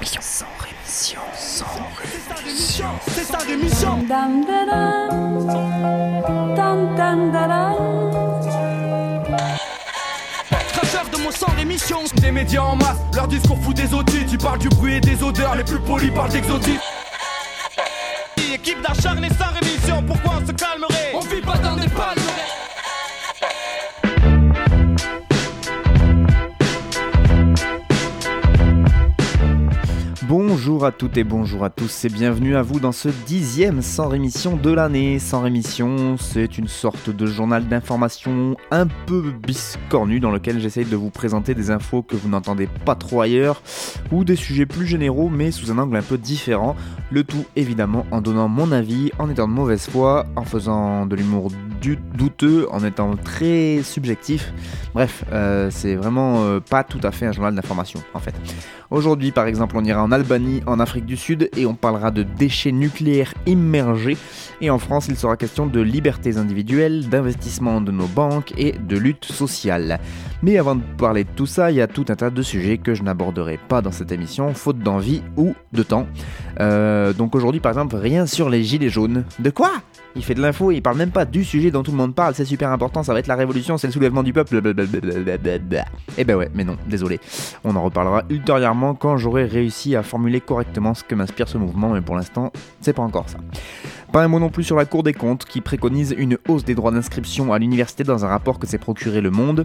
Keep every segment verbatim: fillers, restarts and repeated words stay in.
rémission. Sans rémission. Sans rémission. C'est sa rémission. Dam dadam, dam dam dadam. Cracheur de mon sang rémission. Des médias en masse, leur discours fout des audits. Tu parles du bruit et des odeurs, les plus polis parlent d'exotiques. Équipe d'acharnés sans rémission, pourquoi on se calmerait? On vit pas dans des palmeraies. Bonjour à toutes et bonjour à tous et bienvenue à vous dans ce dixième Sans Rémission de l'année. Sans Rémission, c'est une sorte de journal d'information un peu biscornu dans lequel j'essaye de vous présenter des infos que vous n'entendez pas trop ailleurs ou des sujets plus généraux mais sous un angle un peu différent. Le tout évidemment en donnant mon avis, en étant de mauvaise foi, en faisant de l'humour du- douteux, en étant très subjectif. Bref, euh, c'est vraiment euh, pas tout à fait un journal d'information en fait. Aujourd'hui par exemple on ira en Albanie, en Afrique du Sud et on parlera de déchets nucléaires immergés et en France il sera question de libertés individuelles, d'investissement de nos banques et de lutte sociale. Mais avant de parler de tout ça, il y a tout un tas de sujets que je n'aborderai pas dans cette émission, faute d'envie ou de temps. Euh, donc aujourd'hui par exemple rien sur les gilets jaunes. De quoi ? Il fait de l'info et il parle même pas du sujet dont tout le monde parle, c'est super important, ça va être la révolution, c'est le soulèvement du peuple, blablabla. Eh ben ouais, mais non, désolé. On en reparlera ultérieurement quand j'aurai réussi à formuler correctement ce que m'inspire ce mouvement, mais pour l'instant, c'est pas encore ça. Pas un mot non plus sur la Cour des comptes qui préconise une hausse des droits d'inscription à l'université dans un rapport que s'est procuré Le Monde.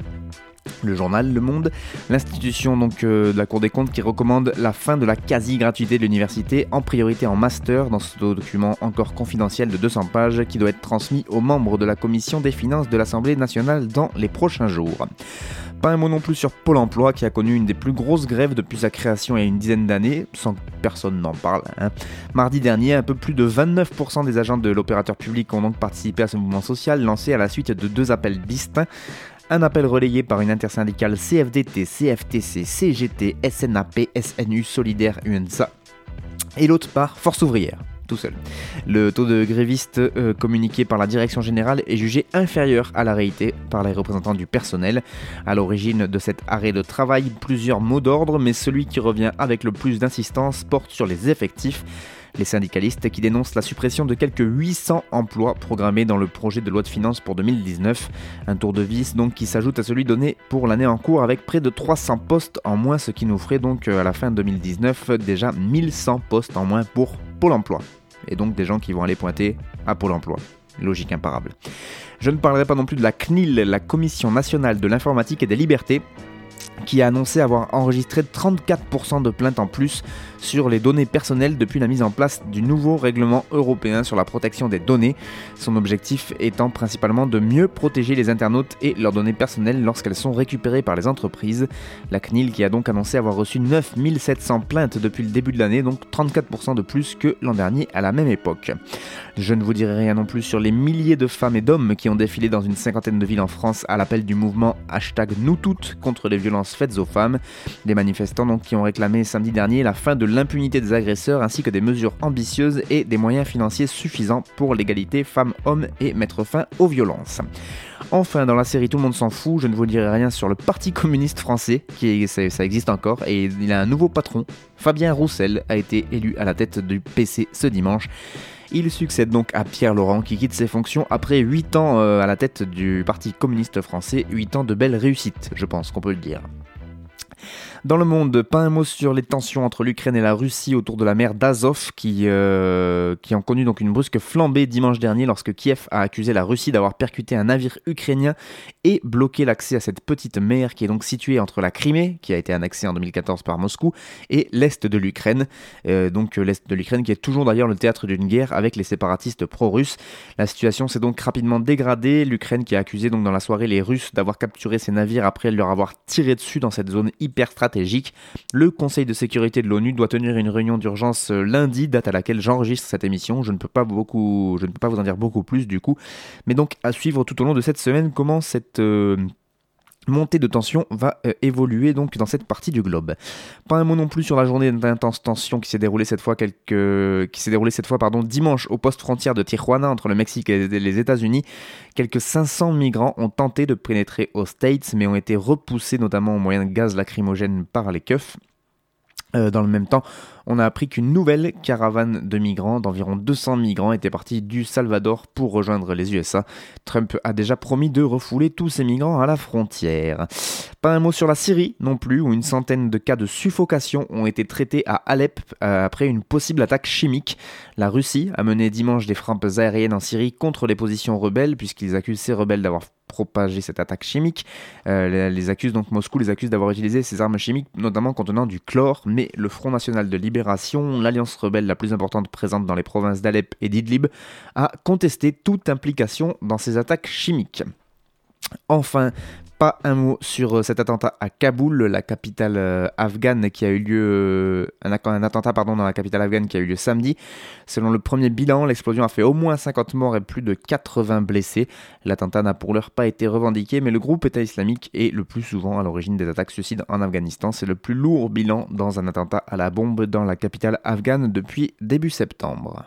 Le journal Le Monde, l'institution donc euh, de la Cour des comptes qui recommande la fin de la quasi-gratuité de l'université, en priorité en master, dans ce document encore confidentiel de deux cents pages qui doit être transmis aux membres de la commission des finances de l'Assemblée nationale dans les prochains jours. Pas un mot non plus sur Pôle emploi qui a connu une des plus grosses grèves depuis sa création il y a une dizaine d'années, sans que personne n'en parle. Hein. Mardi dernier, un peu plus de vingt-neuf pour cent des agents de l'opérateur public ont donc participé à ce mouvement social lancé à la suite de deux appels distincts. Un appel relayé par une intersyndicale C F D T, C F T C, C G T, S N A P, S N U, Solidaire, U N S A, et l'autre par Force ouvrière, tout seul. Le taux de grévistes euh, communiqué par la direction générale est jugé inférieur à la réalité par les représentants du personnel. À l'origine de cet arrêt de travail, plusieurs mots d'ordre, mais celui qui revient avec le plus d'insistance porte sur les effectifs. Les syndicalistes qui dénoncent la suppression de quelques huit cents emplois programmés dans le projet de loi de finances pour deux mille dix-neuf. Un tour de vis donc qui s'ajoute à celui donné pour l'année en cours avec près de trois cents postes en moins, ce qui nous ferait donc à la fin deux mille dix-neuf déjà mille cent postes en moins pour Pôle emploi. Et donc des gens qui vont aller pointer à Pôle emploi. Logique imparable. Je ne parlerai pas non plus de la C N I L, la Commission nationale de l'informatique et des libertés, qui a annoncé avoir enregistré trente-quatre pour cent de plaintes en plus sur les données personnelles depuis la mise en place du nouveau règlement européen sur la protection des données. Son objectif étant principalement de mieux protéger les internautes et leurs données personnelles lorsqu'elles sont récupérées par les entreprises. La C N I L qui a donc annoncé avoir reçu neuf mille sept cents plaintes depuis le début de l'année, donc trente-quatre pour cent de plus que l'an dernier à la même époque. Je ne vous dirai rien non plus sur les milliers de femmes et d'hommes qui ont défilé dans une cinquantaine de villes en France à l'appel du mouvement hashtag nous toutes contre les violences faites aux femmes. Des manifestants donc qui ont réclamé samedi dernier la fin de l'impunité des agresseurs ainsi que des mesures ambitieuses et des moyens financiers suffisants pour l'égalité femmes-hommes et mettre fin aux violences. Enfin, dans la série Tout le monde s'en fout, je ne vous dirai rien sur le Parti communiste français, qui est, ça, ça existe encore, et il a un nouveau patron. Fabien Roussel a été élu à la tête du P C ce dimanche. Il succède donc à Pierre Laurent qui quitte ses fonctions après huit ans euh, à la tête du Parti communiste français, huit ans de belle réussite, je pense qu'on peut le dire. Dans le monde, pas un mot sur les tensions entre l'Ukraine et la Russie autour de la mer d'Azov qui, euh, qui ont connu donc une brusque flambée dimanche dernier lorsque Kiev a accusé la Russie d'avoir percuté un navire ukrainien et bloqué l'accès à cette petite mer qui est donc située entre la Crimée, qui a été annexée en deux mille quatorze par Moscou, et l'est de l'Ukraine. Euh, donc l'est de l'Ukraine qui est toujours d'ailleurs le théâtre d'une guerre avec les séparatistes pro-russes. La situation s'est donc rapidement dégradée. L'Ukraine qui a accusé donc dans la soirée les Russes d'avoir capturé ces navires après leur avoir tiré dessus dans cette zone hyper stratégique. Le Conseil de sécurité de l'ONU doit tenir une réunion d'urgence lundi, date à laquelle j'enregistre cette émission. Je ne peux pas beaucoup, je ne peux pas vous en dire beaucoup plus du coup, mais donc à suivre tout au long de cette semaine comment cette euh, montée de tension va euh, évoluer donc dans cette partie du globe. Pas un mot non plus sur la journée d'intense tension qui s'est déroulée cette fois quelques qui s'est déroulée cette fois pardon dimanche au poste frontière de Tijuana entre le Mexique et les États-Unis. Quelques cinq cents migrants ont tenté de pénétrer aux States mais ont été repoussés notamment au moyen de gaz lacrymogène par les keufs. Euh, dans le même temps, on a appris qu'une nouvelle caravane de migrants, d'environ deux cents migrants, était partie du Salvador pour rejoindre les U S A. Trump a déjà promis de refouler tous ces migrants à la frontière. Pas un mot sur la Syrie non plus, où une centaine de cas de suffocation ont été traités à Alep euh, après une possible attaque chimique. La Russie a mené dimanche des frappes aériennes en Syrie contre les positions rebelles, puisqu'ils accusent ces rebelles d'avoir propagé cette attaque chimique. Euh, les, les accuse donc Moscou les accuse d'avoir utilisé ces armes chimiques, notamment contenant du chlore, mais le Front National de Libération, l'alliance rebelle la plus importante présente dans les provinces d'Alep et d'Idlib, a contesté toute implication dans ces attaques chimiques. Enfin, pas un mot sur cet attentat à Kaboul, la capitale euh, afghane qui a eu lieu euh, un, un attentat pardon dans la capitale afghane qui a eu lieu samedi. Selon le premier bilan, l'explosion a fait au moins cinquante morts et plus de quatre-vingts blessés. L'attentat n'a pour l'heure pas été revendiqué, mais le groupe État islamique est le plus souvent à l'origine des attaques suicides en Afghanistan. C'est le plus lourd bilan dans un attentat à la bombe dans la capitale afghane depuis début septembre.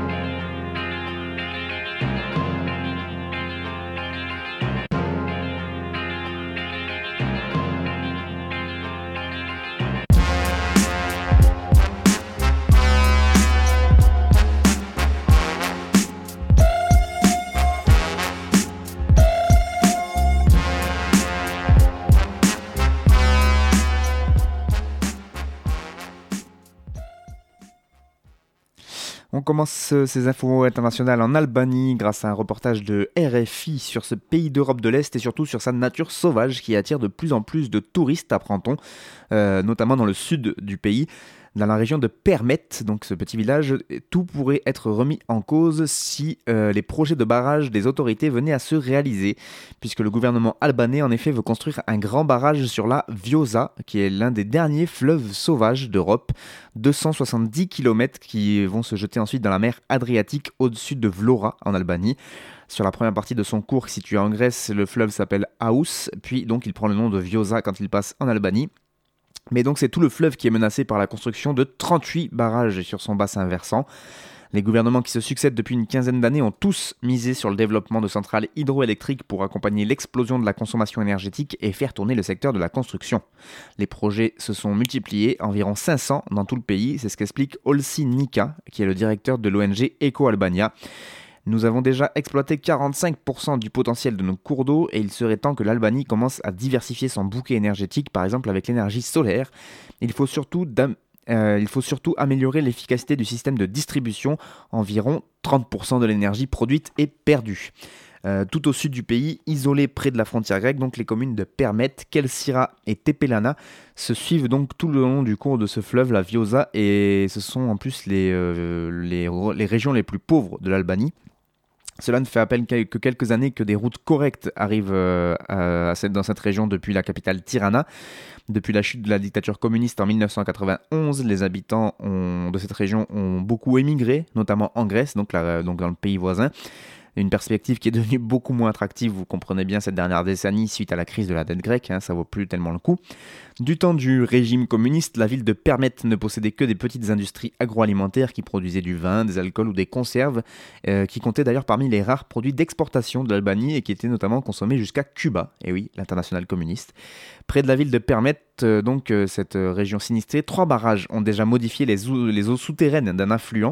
On commence ces infos internationales en Albanie grâce à un reportage de R F I sur ce pays d'Europe de l'Est et surtout sur sa nature sauvage qui attire de plus en plus de touristes, apprend-on, euh, notamment dans le sud du pays. Dans la région de Permet, donc ce petit village, tout pourrait être remis en cause si euh, les projets de barrage des autorités venaient à se réaliser, puisque le gouvernement albanais en effet veut construire un grand barrage sur la Vjosa, qui est l'un des derniers fleuves sauvages d'Europe, deux cent soixante-dix kilomètres qui vont se jeter ensuite dans la mer Adriatique au-dessus de Vlora en Albanie. Sur la première partie de son cours situé en Grèce, le fleuve s'appelle Aous, puis donc il prend le nom de Vjosa quand il passe en Albanie. Mais donc c'est tout le fleuve qui est menacé par la construction de trente-huit barrages sur son bassin versant. Les gouvernements qui se succèdent depuis une quinzaine d'années ont tous misé sur le développement de centrales hydroélectriques pour accompagner l'explosion de la consommation énergétique et faire tourner le secteur de la construction. Les projets se sont multipliés, environ cinq cents dans tout le pays, c'est ce qu'explique Olsi Nika, qui est le directeur de l'O N G Eco-Albania. Nous avons déjà exploité quarante-cinq pour cent du potentiel de nos cours d'eau et il serait temps que l'Albanie commence à diversifier son bouquet énergétique, par exemple avec l'énergie solaire. Il faut surtout, euh, il faut surtout améliorer l'efficacité du système de distribution. Environ trente pour cent de l'énergie produite est perdue. Euh, tout au sud du pays, isolé près de la frontière grecque, donc les communes de Permet, Kelsira et Tepelana se suivent donc tout le long du cours de ce fleuve, la Vjosa, et ce sont en plus les, euh, les, les régions les plus pauvres de l'Albanie. Cela ne fait à peine que quelques années que des routes correctes arrivent euh, à, à, dans cette région depuis la capitale Tirana. Depuis la chute de la dictature communiste en dix-neuf cent quatre-vingt-onze, les habitants ont, de cette région ont beaucoup émigré, notamment en Grèce, donc, la, donc dans le pays voisin. Une perspective qui est devenue beaucoup moins attractive, vous comprenez bien, cette dernière décennie suite à la crise de la dette grecque, hein, ça vaut plus tellement le coup. Du temps du régime communiste, la ville de Permet ne possédait que des petites industries agroalimentaires qui produisaient du vin, des alcools ou des conserves, euh, qui comptaient d'ailleurs parmi les rares produits d'exportation de l'Albanie et qui étaient notamment consommés jusqu'à Cuba, et oui, l'international communiste. Près de la ville de Permet, euh, donc euh, cette région sinistrée, trois barrages ont déjà modifié les eaux, les eaux souterraines d'un affluent.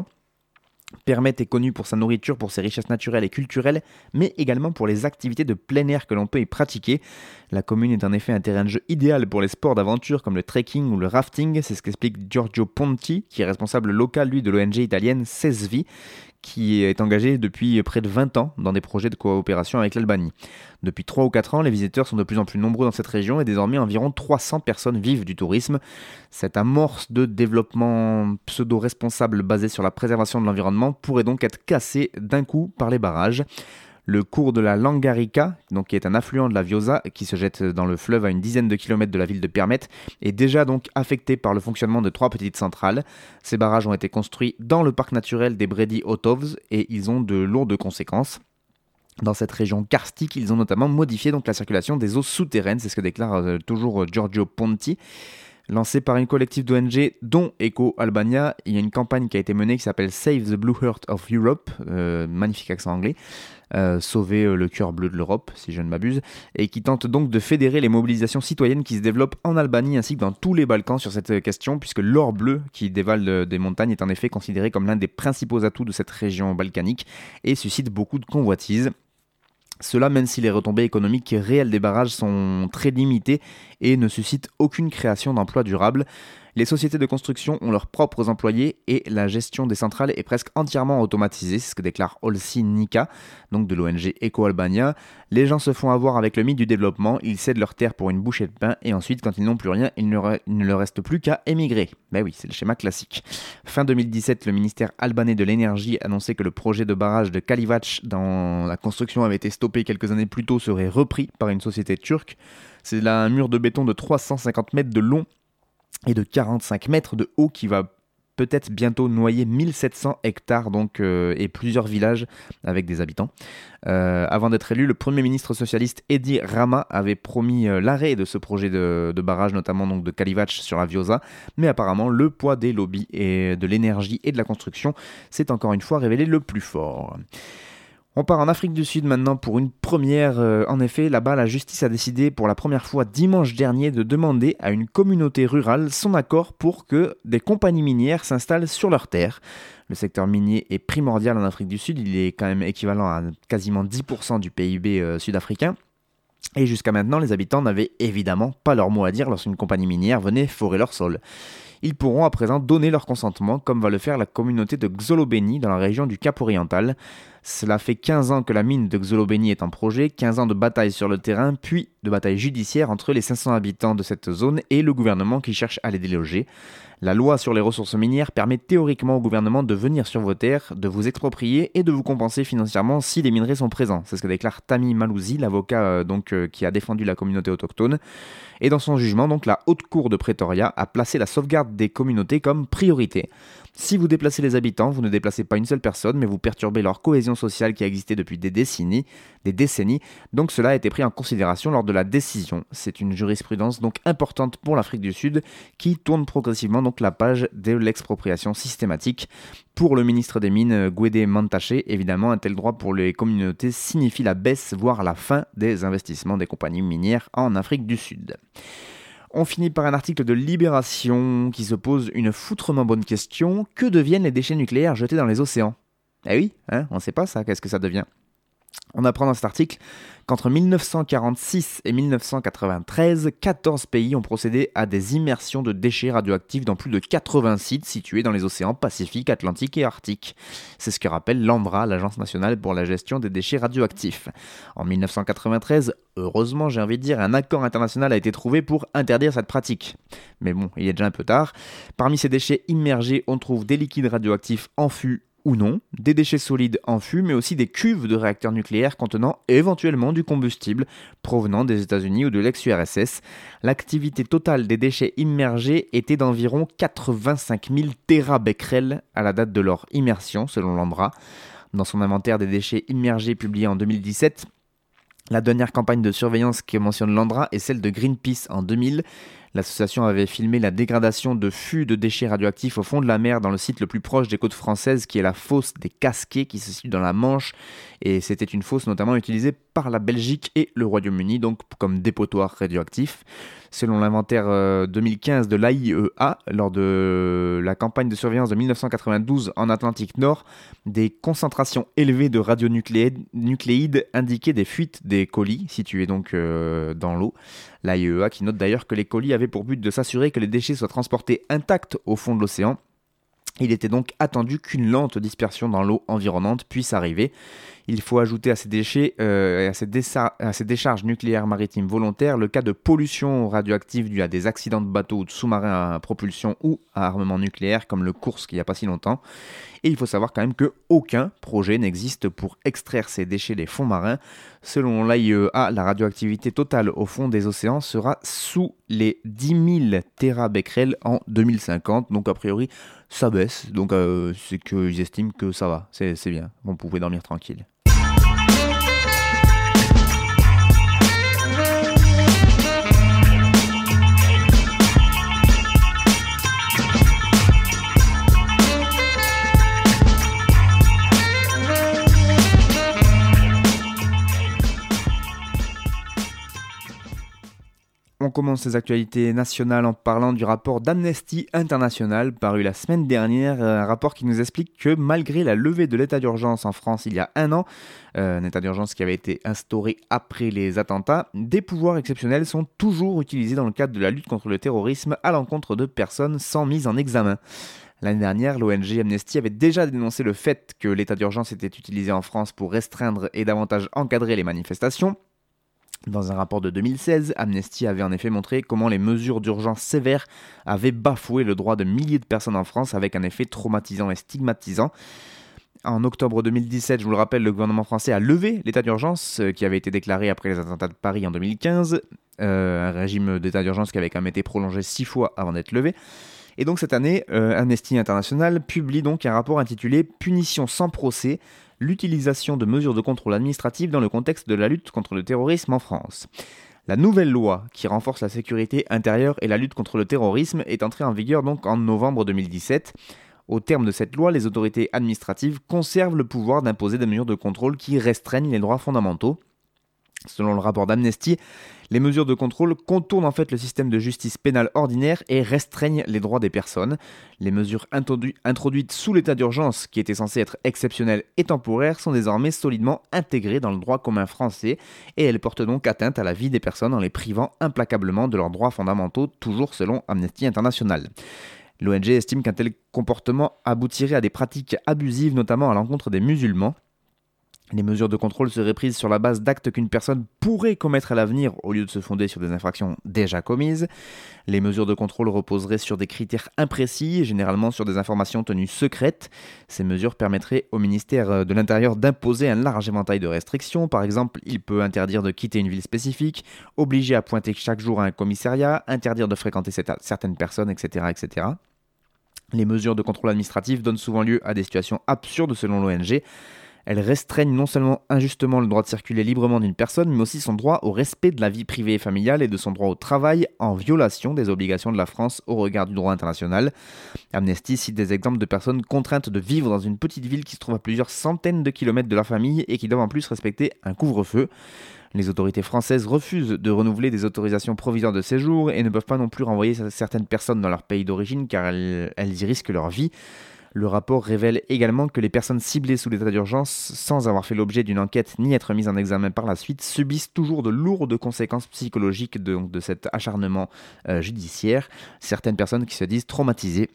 Permet est connu pour sa nourriture, pour ses richesses naturelles et culturelles, mais également pour les activités de plein air que l'on peut y pratiquer. La commune est en effet un terrain de jeu idéal pour les sports d'aventure comme le trekking ou le rafting, c'est ce qu'explique Giorgio Ponti, qui est responsable local lui de l'O N G italienne Sesvi, qui est engagé depuis près de vingt ans dans des projets de coopération avec l'Albanie. Depuis trois ou quatre ans, les visiteurs sont de plus en plus nombreux dans cette région et désormais environ trois cents personnes vivent du tourisme. Cette amorce de développement pseudo-responsable basée sur la préservation de l'environnement pourrait donc être cassée d'un coup par les barrages. Le cours de la Langarica, donc qui est un affluent de la Vjosa, qui se jette dans le fleuve à une dizaine de kilomètres de la ville de Permet, est déjà donc affecté par le fonctionnement de trois petites centrales. Ces barrages ont été construits dans le parc naturel des Bredi Hotovs et ils ont de lourdes conséquences. Dans cette région karstique, ils ont notamment modifié donc la circulation des eaux souterraines, c'est ce que déclare euh, toujours Giorgio Ponti. Lancé par une collective d'O N G dont Eco Albania, il y a une campagne qui a été menée qui s'appelle Save the Blue Heart of Europe, euh, magnifique accent anglais, euh, sauver euh, le cœur bleu de l'Europe si je ne m'abuse, et qui tente donc de fédérer les mobilisations citoyennes qui se développent en Albanie ainsi que dans tous les Balkans sur cette question, puisque l'or bleu qui dévale euh, des montagnes est en effet considéré comme l'un des principaux atouts de cette région balkanique et suscite beaucoup de convoitises. Cela même si les retombées économiques réelles des barrages sont très limitées et ne suscitent aucune création d'emplois durables. Les sociétés de construction ont leurs propres employés et la gestion des centrales est presque entièrement automatisée, c'est ce que déclare Olsi Nika, donc de l'O N G Eco Albania. Les gens se font avoir avec le mythe du développement, ils cèdent leur terre pour une bouchée de pain et ensuite quand ils n'ont plus rien, il ne, re- il ne leur reste plus qu'à émigrer. Ben oui, c'est le schéma classique. Fin deux mille dix-sept, le ministère albanais de l'énergie annonçait que le projet de barrage de Kalivaç dont la construction avait été stoppée quelques années plus tôt serait repris par une société turque. C'est là un mur de béton de trois cent cinquante mètres de long et de quarante-cinq mètres de haut qui va peut-être bientôt noyer mille sept cents hectares donc, euh, et plusieurs villages avec des habitants. Euh, avant d'être élu, le premier ministre socialiste Edi Rama avait promis euh, l'arrêt de ce projet de, de barrage, notamment donc, de Kalivaç sur la Vjosa, mais apparemment le poids des lobbies et de l'énergie et de la construction s'est encore une fois révélé le plus fort. On part en Afrique du Sud maintenant pour une première. Euh, en effet, là-bas, la justice a décidé pour la première fois dimanche dernier de demander à une communauté rurale son accord pour que des compagnies minières s'installent sur leurs terres. Le secteur minier est primordial en Afrique du Sud, il est quand même équivalent à quasiment dix pour cent du P I B euh, sud-africain. Et jusqu'à maintenant, les habitants n'avaient évidemment pas leur mot à dire lorsqu'une compagnie minière venait forer leur sol. Ils pourront à présent donner leur consentement, comme va le faire la communauté de Xolobeni dans la région du Cap-Oriental. Cela fait quinze ans que la mine de Xolobeni est en projet, quinze ans de bataille sur le terrain, puis de bataille judiciaire entre les cinq cents habitants de cette zone et le gouvernement qui cherche à les déloger. La loi sur les ressources minières permet théoriquement au gouvernement de venir sur vos terres, de vous exproprier et de vous compenser financièrement si les minerais sont présents. C'est ce que déclare Tami Malouzi, l'avocat euh, donc, euh, qui a défendu la communauté autochtone. Et dans son jugement, donc, la Haute Cour de Pretoria a placé la sauvegarde des communautés comme priorité. Si vous déplacez les habitants, vous ne déplacez pas une seule personne, mais vous perturbez leur cohésion sociale qui a existé depuis des décennies, des décennies. Donc cela a été pris en considération lors de la décision. C'est une jurisprudence donc importante pour l'Afrique du Sud qui tourne progressivement donc la page de l'expropriation systématique. Pour le ministre des Mines, Gwede Mantashe, évidemment, un tel droit pour les communautés signifie la baisse, voire la fin des investissements des compagnies minières en Afrique du Sud. On finit par un article de Libération qui se pose une foutrement bonne question. Que deviennent les déchets nucléaires jetés dans les océans ? Eh oui, hein, on ne sait pas ça, qu'est-ce que ça devient ? On apprend dans cet article qu'entre mille neuf cent quarante-six et mille neuf cent quatre-vingt-treize, quatorze pays ont procédé à des immersions de déchets radioactifs dans plus de quatre-vingts sites situés dans les océans Pacifique, Atlantique et Arctique. C'est ce que rappelle l'ANDRA, l'Agence nationale pour la gestion des déchets radioactifs. En mille neuf cent quatre-vingt-treize, heureusement j'ai envie de dire, un accord international a été trouvé pour interdire cette pratique. Mais bon, il est déjà un peu tard. Parmi ces déchets immergés, on trouve des liquides radioactifs en fût ou non, des déchets solides en fût, mais aussi des cuves de réacteurs nucléaires contenant éventuellement du combustible provenant des États-Unis ou de l'ex-U R S S. L'activité totale des déchets immergés était d'environ quatre-vingt-cinq mille térabecquerels à la date de leur immersion, selon l'ANDRA. Dans son inventaire des déchets immergés publié en deux mille dix-sept, la dernière campagne de surveillance que mentionne l'ANDRA est celle de Greenpeace en deux mille. L'association avait filmé la dégradation de fûts de déchets radioactifs au fond de la mer dans le site le plus proche des côtes françaises qui est la fosse des Casquets qui se situe dans la Manche. Et c'était une fosse notamment utilisée par la Belgique et le Royaume-Uni, donc comme dépotoir radioactif. Selon l'inventaire euh, deux mille quinze de l'A I E A, lors de la campagne de surveillance de mille neuf cent quatre-vingt-douze en Atlantique Nord, des concentrations élevées de radionucléides indiquaient des fuites des colis situés donc euh, dans l'eau. L'A I E A qui note d'ailleurs que les colis avaient pour but de s'assurer que les déchets soient transportés intacts au fond de l'océan. Il était donc attendu qu'une lente dispersion dans l'eau environnante puisse arriver. Il faut ajouter à ces déchets euh, et à ces, désa- à ces décharges nucléaires maritimes volontaires le cas de pollution radioactive due à des accidents de bateaux ou de sous-marins à propulsion ou à armement nucléaire comme le Kursk il n'y a pas si longtemps. Et il faut savoir quand même qu'aucun projet n'existe pour extraire ces déchets des fonds marins. Selon l'A I E A, la radioactivité totale au fond des océans sera sous les dix mille térabecquerels en deux mille cinquante. Donc a priori, ça baisse. Donc euh, c'est qu'ils estiment que ça va, c'est, c'est bien. On pouvait dormir tranquille. commence ces actualités nationales en parlant du rapport d'Amnesty International paru la semaine dernière, un rapport qui nous explique que malgré la levée de l'état d'urgence en France il y a un an, euh, un état d'urgence qui avait été instauré après les attentats, des pouvoirs exceptionnels sont toujours utilisés dans le cadre de la lutte contre le terrorisme à l'encontre de personnes sans mise en examen. L'année dernière, l'O N G Amnesty avait déjà dénoncé le fait que l'état d'urgence était utilisé en France pour restreindre et davantage encadrer les manifestations. Dans un rapport de deux mille seize, Amnesty avait en effet montré comment les mesures d'urgence sévères avaient bafoué le droit de milliers de personnes en France avec un effet traumatisant et stigmatisant. En octobre deux mille dix-sept, je vous le rappelle, le gouvernement français a levé l'état d'urgence euh, qui avait été déclaré après les attentats de Paris en deux mille quinze, euh, un régime d'état d'urgence qui avait quand même été prolongé six fois avant d'être levé. Et donc cette année, euh, Amnesty International publie donc un rapport intitulé « Punition sans procès », l'utilisation de mesures de contrôle administratif dans le contexte de la lutte contre le terrorisme en France. La nouvelle loi qui renforce la sécurité intérieure et la lutte contre le terrorisme est entrée en vigueur donc en novembre deux mille dix-sept. Au terme de cette loi, les autorités administratives conservent le pouvoir d'imposer des mesures de contrôle qui restreignent les droits fondamentaux. Selon le rapport d'Amnesty, les mesures de contrôle contournent en fait le système de justice pénale ordinaire et restreignent les droits des personnes. Les mesures introdu- introduites sous l'état d'urgence, qui étaient censées être exceptionnelles et temporaires, sont désormais solidement intégrées dans le droit commun français et elles portent donc atteinte à la vie des personnes en les privant implacablement de leurs droits fondamentaux, toujours selon Amnesty International. L'O N G estime qu'un tel comportement aboutirait à des pratiques abusives, notamment à l'encontre des musulmans. Les mesures de contrôle seraient prises sur la base d'actes qu'une personne pourrait commettre à l'avenir au lieu de se fonder sur des infractions déjà commises. Les mesures de contrôle reposeraient sur des critères imprécis, généralement sur des informations tenues secrètes. Ces mesures permettraient au ministère de l'Intérieur d'imposer un large éventail de restrictions. Par exemple, il peut interdire de quitter une ville spécifique, obliger à pointer chaque jour à un commissariat, interdire de fréquenter certaines personnes, et cetera, et cetera. Les mesures de contrôle administratif donnent souvent lieu à des situations absurdes selon l'O N G. Elles restreignent non seulement injustement le droit de circuler librement d'une personne, mais aussi son droit au respect de la vie privée et familiale et de son droit au travail, en violation des obligations de la France au regard du droit international. Amnesty cite des exemples de personnes contraintes de vivre dans une petite ville qui se trouve à plusieurs centaines de kilomètres de leur famille et qui doivent en plus respecter un couvre-feu. Les autorités françaises refusent de renouveler des autorisations provisoires de séjour et ne peuvent pas non plus renvoyer certaines personnes dans leur pays d'origine car elles, elles y risquent leur vie. Le rapport révèle également que les personnes ciblées sous l'état d'urgence, sans avoir fait l'objet d'une enquête ni être mises en examen par la suite, subissent toujours de lourdes conséquences psychologiques de, de cet acharnement euh, judiciaire. Certaines personnes qui se disent traumatisées.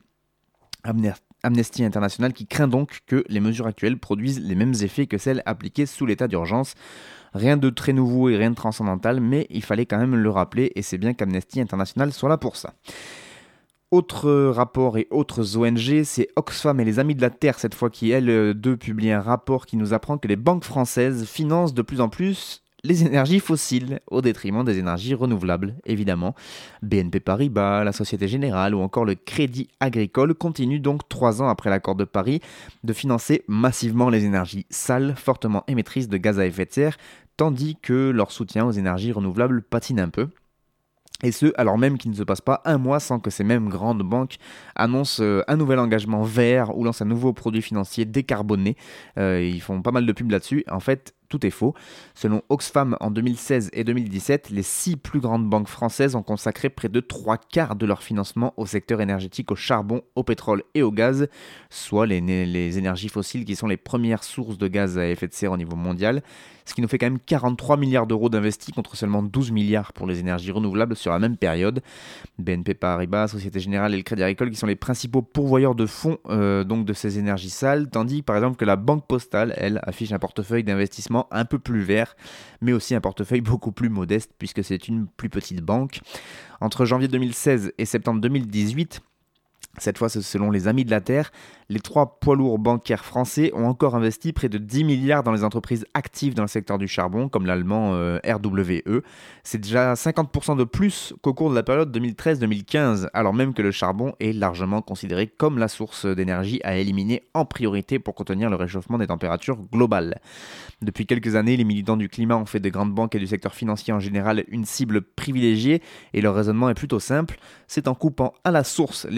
Amnesty International qui craint donc que les mesures actuelles produisent les mêmes effets que celles appliquées sous l'état d'urgence. Rien de très nouveau et rien de transcendantal, mais il fallait quand même le rappeler et c'est bien qu'Amnesty International soit là pour ça. Autre rapport et autres O N G, c'est Oxfam et les Amis de la Terre, cette fois qui, elles deux, publient un rapport qui nous apprend que les banques françaises financent de plus en plus les énergies fossiles au détriment des énergies renouvelables, évidemment. B N P Paribas, la Société Générale ou encore le Crédit Agricole continuent donc, trois ans après l'accord de Paris, de financer massivement les énergies sales, fortement émettrices de gaz à effet de serre, tandis que leur soutien aux énergies renouvelables patine un peu. Et ce, alors même qu'il ne se passe pas un mois sans que ces mêmes grandes banques annoncent euh, un nouvel engagement vert ou lancent un nouveau produit financier décarboné. Euh, ils font pas mal de pubs là-dessus. En fait, tout est faux. Selon Oxfam, en deux mille seize et deux mille dix-sept, les six plus grandes banques françaises ont consacré près de trois quarts de leur financement au secteur énergétique, au charbon, au pétrole et au gaz, soit les, les énergies fossiles qui sont les premières sources de gaz à effet de serre au niveau mondial, ce qui nous fait quand même quarante-trois milliards d'euros d'investis contre seulement douze milliards pour les énergies renouvelables sur la même période. B N P Paribas, Société Générale et le Crédit Agricole qui sont les principaux pourvoyeurs de fonds euh, donc de ces énergies sales, tandis par exemple que la Banque Postale, elle, affiche un portefeuille d'investissement un peu plus vert, mais aussi un portefeuille beaucoup plus modeste puisque c'est une plus petite banque. Entre janvier deux mille seize et septembre deux mille dix-huit, cette fois selon les Amis de la Terre, les trois poids lourds bancaires français ont encore investi près de dix milliards dans les entreprises actives dans le secteur du charbon, comme l'allemand euh, R W E. C'est déjà cinquante pour cent de plus qu'au cours de la période deux mille treize deux mille quinze, alors même que le charbon est largement considéré comme la source d'énergie à éliminer en priorité pour contenir le réchauffement des températures globales. Depuis quelques années, les militants du climat ont fait des grandes banques et du secteur financier en général une cible privilégiée, et leur raisonnement est plutôt simple. C'est en coupant à la source les flux de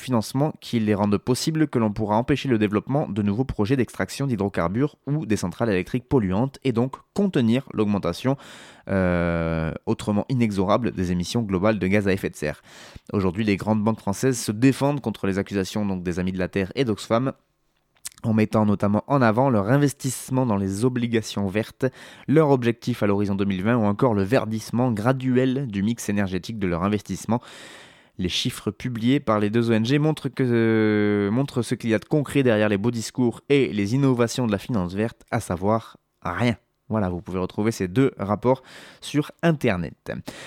financements qui les rendent possibles, que l'on pourra empêcher le développement de nouveaux projets d'extraction d'hydrocarbures ou des centrales électriques polluantes et donc contenir l'augmentation euh, autrement inexorable des émissions globales de gaz à effet de serre. Aujourd'hui, les grandes banques françaises se défendent contre les accusations donc, des Amis de la Terre et d'Oxfam, en mettant notamment en avant leur investissement dans les obligations vertes, leur objectif à l'horizon deux mille vingt ou encore le verdissement graduel du mix énergétique de leur investissement. Les chiffres publiés par les deux O N G montrent, que, euh, montrent ce qu'il y a de concret derrière les beaux discours et les innovations de la finance verte, à savoir rien. Voilà, vous pouvez retrouver ces deux rapports sur Internet.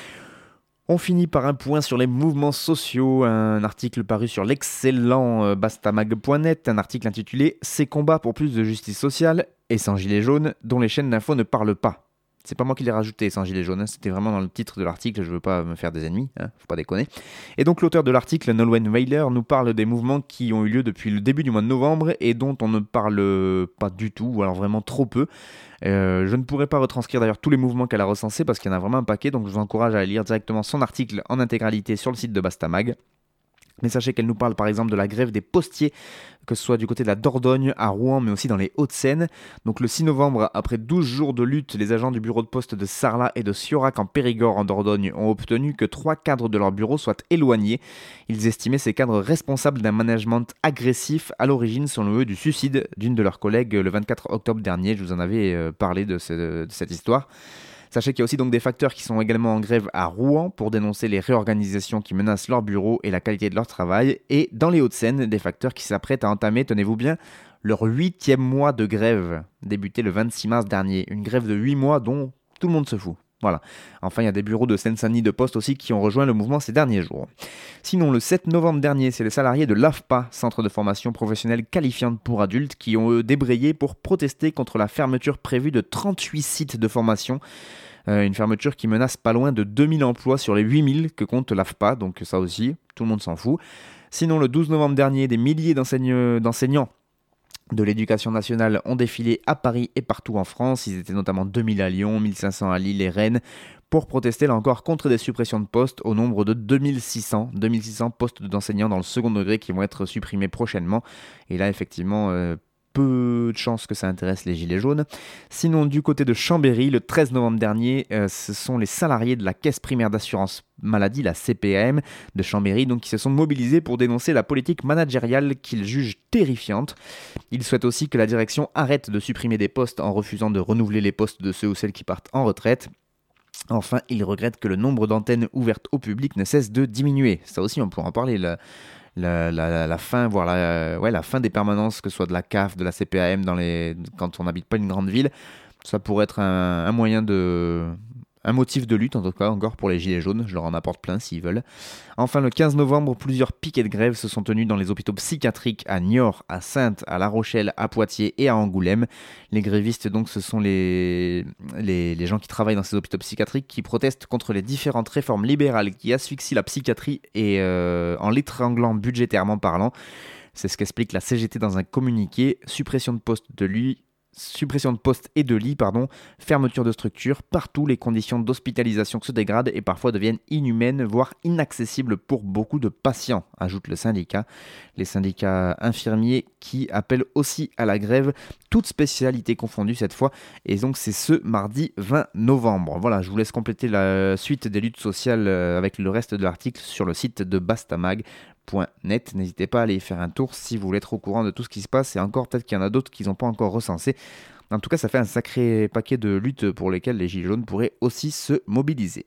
On finit par un point sur les mouvements sociaux, un article paru sur l'excellent bastamag point net, un article intitulé « Ces combats pour plus de justice sociale et sans gilets jaunes dont les chaînes d'infos ne parlent pas ». C'est pas moi qui l'ai rajouté sans gilet jaune, hein, c'était vraiment dans le titre de l'article, je veux pas me faire des ennemis, hein, faut pas déconner. Et donc l'auteur de l'article, Nolwenn Weiler, nous parle des mouvements qui ont eu lieu depuis le début du mois de novembre et dont on ne parle pas du tout, ou alors vraiment trop peu. Euh, je ne pourrais pas retranscrire d'ailleurs tous les mouvements qu'elle a recensés parce qu'il y en a vraiment un paquet, donc je vous encourage à lire directement son article en intégralité sur le site de Bastamag. Mais sachez qu'elle nous parle par exemple de la grève des postiers, que ce soit du côté de la Dordogne, à Rouen, mais aussi dans les Hauts-de-Seine. Donc le six novembre, après douze jours de lutte, les agents du bureau de poste de Sarlat et de Siorac en Périgord en Dordogne ont obtenu que trois cadres de leur bureau soient éloignés. Ils estimaient ces cadres responsables d'un management agressif à l'origine, selon eux, du suicide d'une de leurs collègues le vingt-quatre octobre dernier. Je vous en avais parlé de, ce, de cette histoire. Sachez qu'il y a aussi donc des facteurs qui sont également en grève à Rouen pour dénoncer les réorganisations qui menacent leur bureau et la qualité de leur travail. Et dans les Hauts-de-Seine, des facteurs qui s'apprêtent à entamer, tenez-vous bien, leur huitième mois de grève, débuté le vingt-six mars dernier. Une grève de huit mois dont tout le monde se fout. Voilà. Enfin, il y a des bureaux de Seine-Saint-Denis de Poste aussi qui ont rejoint le mouvement ces derniers jours. Sinon, le sept novembre dernier, c'est les salariés de l'A F P A, Centre de formation professionnelle qualifiante pour adultes, qui ont eux débrayé pour protester contre la fermeture prévue de trente-huit sites de formation. Euh, une fermeture qui menace pas loin de deux mille emplois sur les huit mille que compte l'A F P A, donc ça aussi, tout le monde s'en fout. Sinon, le douze novembre dernier, des milliers d'enseigne- d'enseignants de l'éducation nationale ont défilé à Paris et partout en France. Ils étaient notamment deux mille à Lyon, mille cinq cents à Lille et Rennes, pour protester là encore contre des suppressions de postes au nombre de deux mille six cents postes d'enseignants dans le second degré qui vont être supprimés prochainement. Et là, effectivement, euh, peu de chances que ça intéresse les gilets jaunes. Sinon, du côté de Chambéry, le treize novembre dernier, euh, ce sont les salariés de la Caisse primaire d'assurance maladie, la C P A M, de Chambéry, donc qui se sont mobilisés pour dénoncer la politique managériale qu'ils jugent terrifiante. Ils souhaitent aussi que la direction arrête de supprimer des postes en refusant de renouveler les postes de ceux ou celles qui partent en retraite. Enfin, ils regrettent que le nombre d'antennes ouvertes au public ne cesse de diminuer. Ça aussi, on pourra en parler. La, la, la, la fin, voire la, ouais, la fin des permanences, que ce soit de la C A F, de la C P A M, dans les, quand on n'habite pas une grande ville, ça pourrait être un, un moyen de... Un motif de lutte, en tout cas, encore pour les gilets jaunes. Je leur en apporte plein s'ils veulent. Enfin, le quinze novembre, plusieurs piquets de grève se sont tenus dans les hôpitaux psychiatriques à Niort, à Saintes, à La Rochelle, à Poitiers et à Angoulême. Les grévistes, donc, ce sont les, les, les gens qui travaillent dans ces hôpitaux psychiatriques qui protestent contre les différentes réformes libérales qui asphyxient la psychiatrie et euh, en l'étranglant budgétairement parlant. C'est ce qu'explique la C G T dans un communiqué. Suppression de postes de lui. Suppression de postes et de lits, pardon, fermeture de structures, partout les conditions d'hospitalisation se dégradent et parfois deviennent inhumaines, voire inaccessibles pour beaucoup de patients, ajoute le syndicat. Les syndicats infirmiers qui appellent aussi à la grève, toutes spécialités confondues cette fois, et donc c'est ce mardi vingt novembre. Voilà, je vous laisse compléter la suite des luttes sociales avec le reste de l'article sur le site de bastamag point net. N'hésitez pas à aller y faire un tour si vous voulez être au courant de tout ce qui se passe, et encore peut-être qu'il y en a d'autres qu'ils n'ont pas encore recensé. En tout cas, ça fait un sacré paquet de luttes pour lesquelles les gilets jaunes pourraient aussi se mobiliser.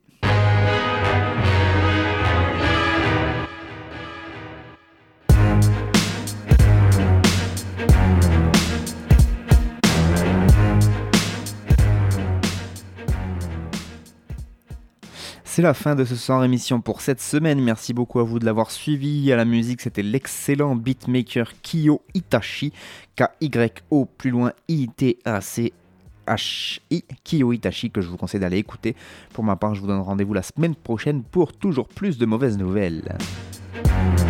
C'est la fin de ce sans rémission pour cette semaine. Merci beaucoup à vous de l'avoir suivi. À la musique, c'était l'excellent beatmaker Kyo Itachi, K Y O plus loin I T A C H I, Kyo Itachi, que je vous conseille d'aller écouter. Pour ma part, je vous donne rendez-vous la semaine prochaine pour toujours plus de mauvaises nouvelles.